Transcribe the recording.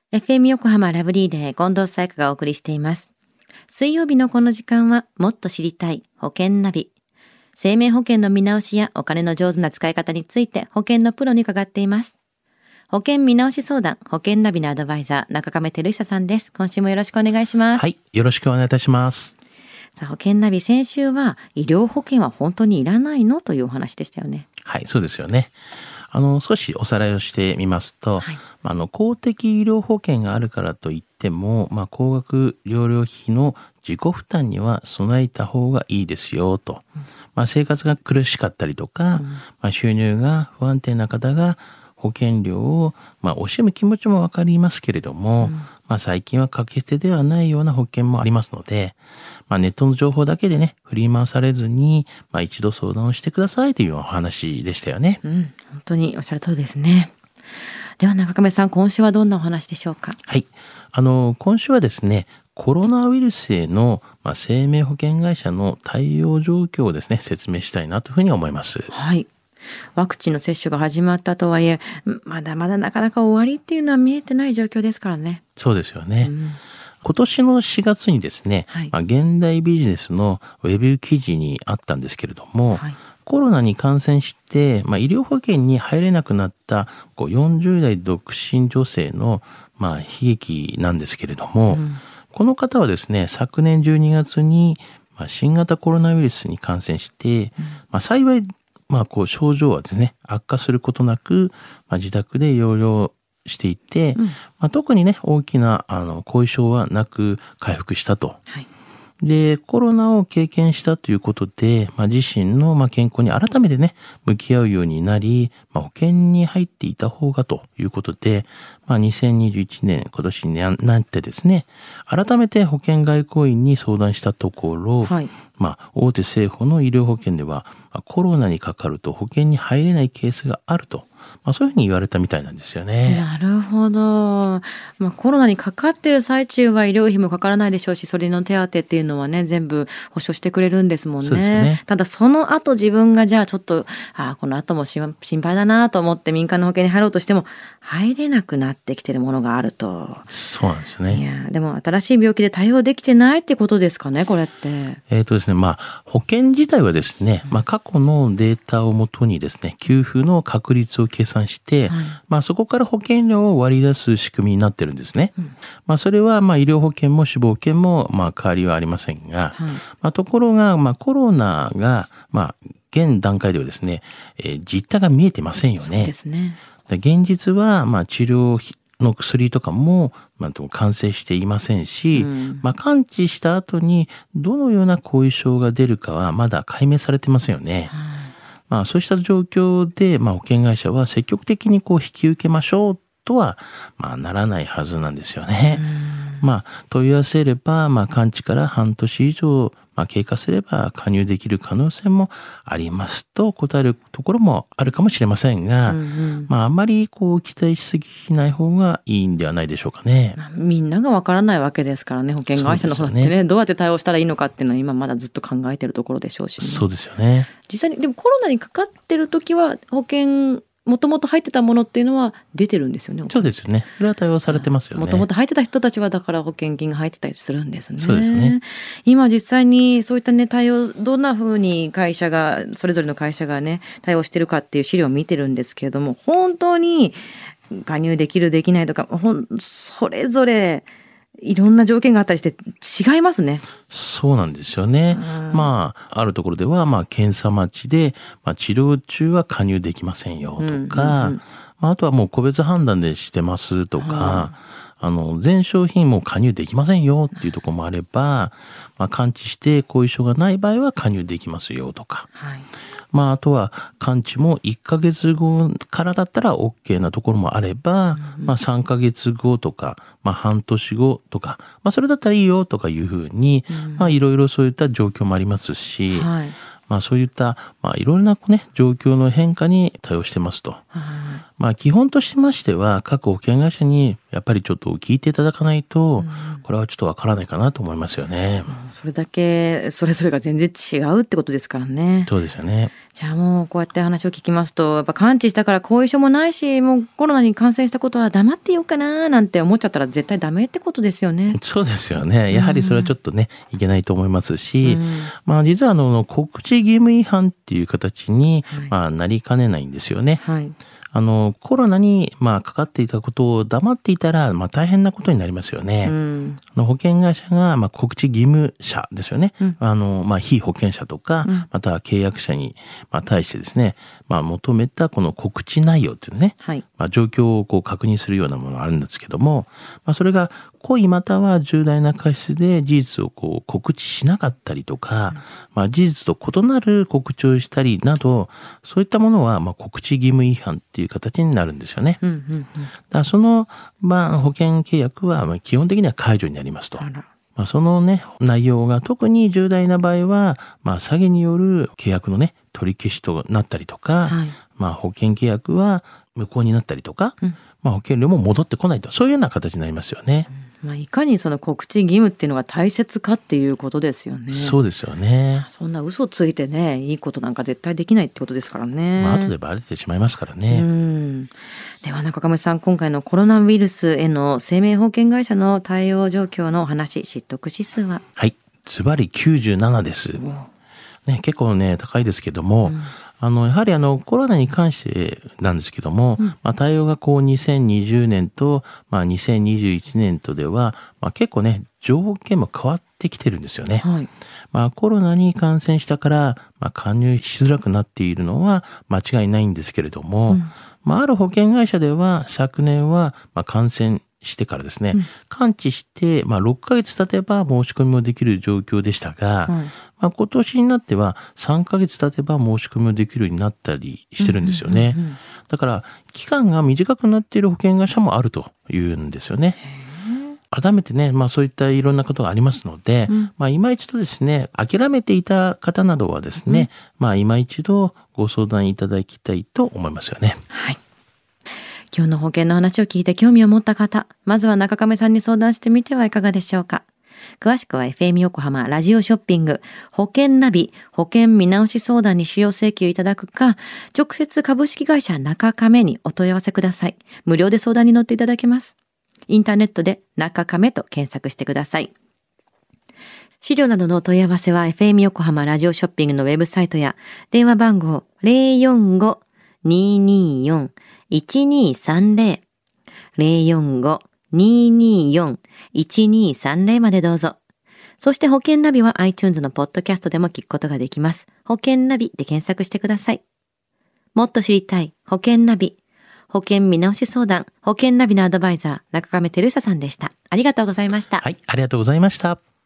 FM 横浜ラブリーデー近藤紗友香がお送りしています。水曜日のこの時間はもっと知りたい保険ナビ。生命保険の見直しやお金の上手な使い方について保険のプロに伺っています。保険見直し相談保険ナビのアドバイザー中亀照久さんです。今週もよろしくお願いします。 はい、よろしくお願いいたします。 さあ、保険ナビ先週は医療保険は本当にいらないのというお話でしたよね。 はい、そうですよね。少しおさらいをしてみますと、 はい、 公的医療保険があるからといっても、高額療養費の自己負担には備えた方がいいですよと。生活が苦しかったりとか、収入が不安定な方が保険料を、惜しむ気持ちもわかりますけれども、最近は掛け捨てではないような保険もありますので、ネットの情報だけでね、振り回されずに、一度相談をしてくださいというお話でしたよね。 本当におっしゃる通りですね。では中亀さん、今週はどんなお話でしょうか。 はい。今週はですね、コロナウイルスへの、生命保険会社の対応状況をですね、説明したいなというふうに思います。 はい。ワクチンの接種が始まったとはいえ、まだまだなかなか終わりっていうのは見えてない状況ですからね。 そうですよね。今年の4月にですね、現代ビジネスのウェブ記事にあったんですけれども、コロナに感染して、医療保険に入れなくなった40代独身女性の、悲劇なんですけれども、この方はですね、昨年12月に、新型コロナウイルスに感染して、幸い、症状はですね、悪化することなく、自宅で療養していて、特にね、大きな後遺症はなく回復したと。で、コロナを経験したということで、自身の健康に改めてね、向き合うようになり、保険に入っていた方がということで、2021年、今年になってですね、改めて保険外交員に相談したところ、大手政府の医療保険では、コロナにかかると保険に入れないケースがあると。そういうふうに言われたみたいなんですよね。 なるほど。コロナにかかってる最中は医療費もかからないでしょうし、それの手当っていうのはね、全部保証してくれるんですもんそうですね。 ただその後自分がじゃあちょっと、この後も心配だなと思って民間の保険に入ろうとしても、入れなくなってきてるものがあると。 そうなんですね。 いや、でも新しい病気で対応できてないってことですかね、これって。 ですね、保険自体はですね、過去のデータをもとにですね、給付の確率を計算して、そこから保険料を割り出す仕組みになってるんですね。それは医療保険も死亡保険も変わりはありませんが、ところがコロナが現段階ではですね、実態が見えてませんよね。 そうですね。 現実は治療の薬とかも完成していませんし、完治した後にどのような後遺症が出るかはまだ解明されてませんよね。そうした状況で、保険会社は積極的に引き受けましょうとは、ならないはずなんですよね。問い合わせれば、完治から半年以上、経過すれば加入できる可能性もありますと答えるところもあるかもしれませんが、あんまり期待しすぎない方がいいんではないでしょうかね。 みんながわからないわけですからね、保険会社の方ってね、どうやって対応したらいいのかっていうのは今まだずっと考えてるところでしょうしね。 そうですよね。 実際にでもコロナにかかってる時は保険もともと入ってたものっていうのは出てるんですよね。 そうですよね。それは対応されてますよね。 もともと入ってた人たちはだから保険金が入ってたりするんですね。 そうですね。 今実際にそういったね対応どんな風に会社がそれぞれの会社がね対応してるかっていう資料を見てるんですけれども、本当に加入できるできないとかそれぞれいろんな条件があったりして違いますね。 そうなんですよね。あるところでは検査待ちで、治療中は加入できませんよとか、あとはもう個別判断でしてますとか、全商品も加入できませんよっていうところもあれば、完治して後遺症がない場合は加入できますよとか、あとは完治も1ヶ月後からだったら OK なところもあれば、3ヶ月後とか、半年後とか、それだったらいいよとかいうふうに、いろいろそういった状況もありますし、そういった、いろいろなね、状況の変化に対応してますと。 基本としましては各保険会社にやっぱりちょっと聞いていただかないと、これはちょっとわからないかなと思いますよね。 それだけそれぞれが全然違うってことですからね。 そうですよね。 じゃあもうこうやって話を聞きますと、やっぱ完治したから後遺症もないし、もうコロナに感染したことは黙ってようかななんて思っちゃったら絶対ダメってことですよね。 そうですよね。やはりそれはちょっとね、いけないと思いますし、実は告知義務違反っていう形に、なりかねないんですよね。コロナにかかっていたことを黙っていたら大変なことになりますよね。保険会社が告知義務者ですよね。被保険者とか、または契約者に対してですね、求めたこの告知内容っていうね、状況を確認するようなものがあるんですけども、それが故意または重大な過失で事実を告知しなかったりとか、事実と異なる告知をしたりなど、そういったものは告知義務違反っていう形になるんですよね。だからその、保険契約は基本的には解除になりますと。そのね、内容が特に重大な場合は、詐欺による契約のね、取り消しとなったりとか、保険契約は無効になったりとか、保険料も戻ってこないと、そういうような形になりますよね。 いかにその告知義務っていうのが大切かっていうことですよね。 そうですよね。 そんな嘘ついてね、いいことなんか絶対できないってことですからね。 後でバレてしまいますからね。 では中亀さん、今回のコロナウイルスへの生命保険会社の対応状況のお話、知得指数は？ はい、ズバリ97です。ね、結構ね、高いですけども、やはりコロナに関してなんですけども、対応が2020年と、2021年とでは、結構ね、条件も変わってきてるんですよね。コロナに感染したから、加入しづらくなっているのは間違いないんですけれども、ある保険会社では昨年は、感染してからですね、完治して、6ヶ月経てば申し込みもできる状況でしたが、今年になっては3ヶ月経てば申し込みもできるようになったりしてるんですよね。だから期間が短くなっている保険会社もあるというんですよね。改めてね、そういったいろんなことがありますので、今一度ですね、諦めていた方などはですね、今一度ご相談いただきたいと思いますよね。 はい。今日の保険の話を聞いて興味を持った方、まずは中亀さんに相談してみてはいかがでしょうか。詳しくは FM 横浜ラジオショッピング保険ナビ保険見直し相談に使用請求いただくか、直接株式会社中亀にお問い合わせください。無料で相談に乗っていただけます。インターネットで中亀と検索してください。資料などのお問い合わせは FM 横浜ラジオショッピングのウェブサイトや電話番号 045-224-1230 045-224-1230 までどうぞ。そして保険ナビは iTunes のポッドキャストでも聞くことができます。保険ナビで検索してください。もっと知りたい保険ナビ。保険見直し相談、保険ナビのアドバイザー、中亀照久さんでした。ありがとうございました。 はい、ありがとうございました。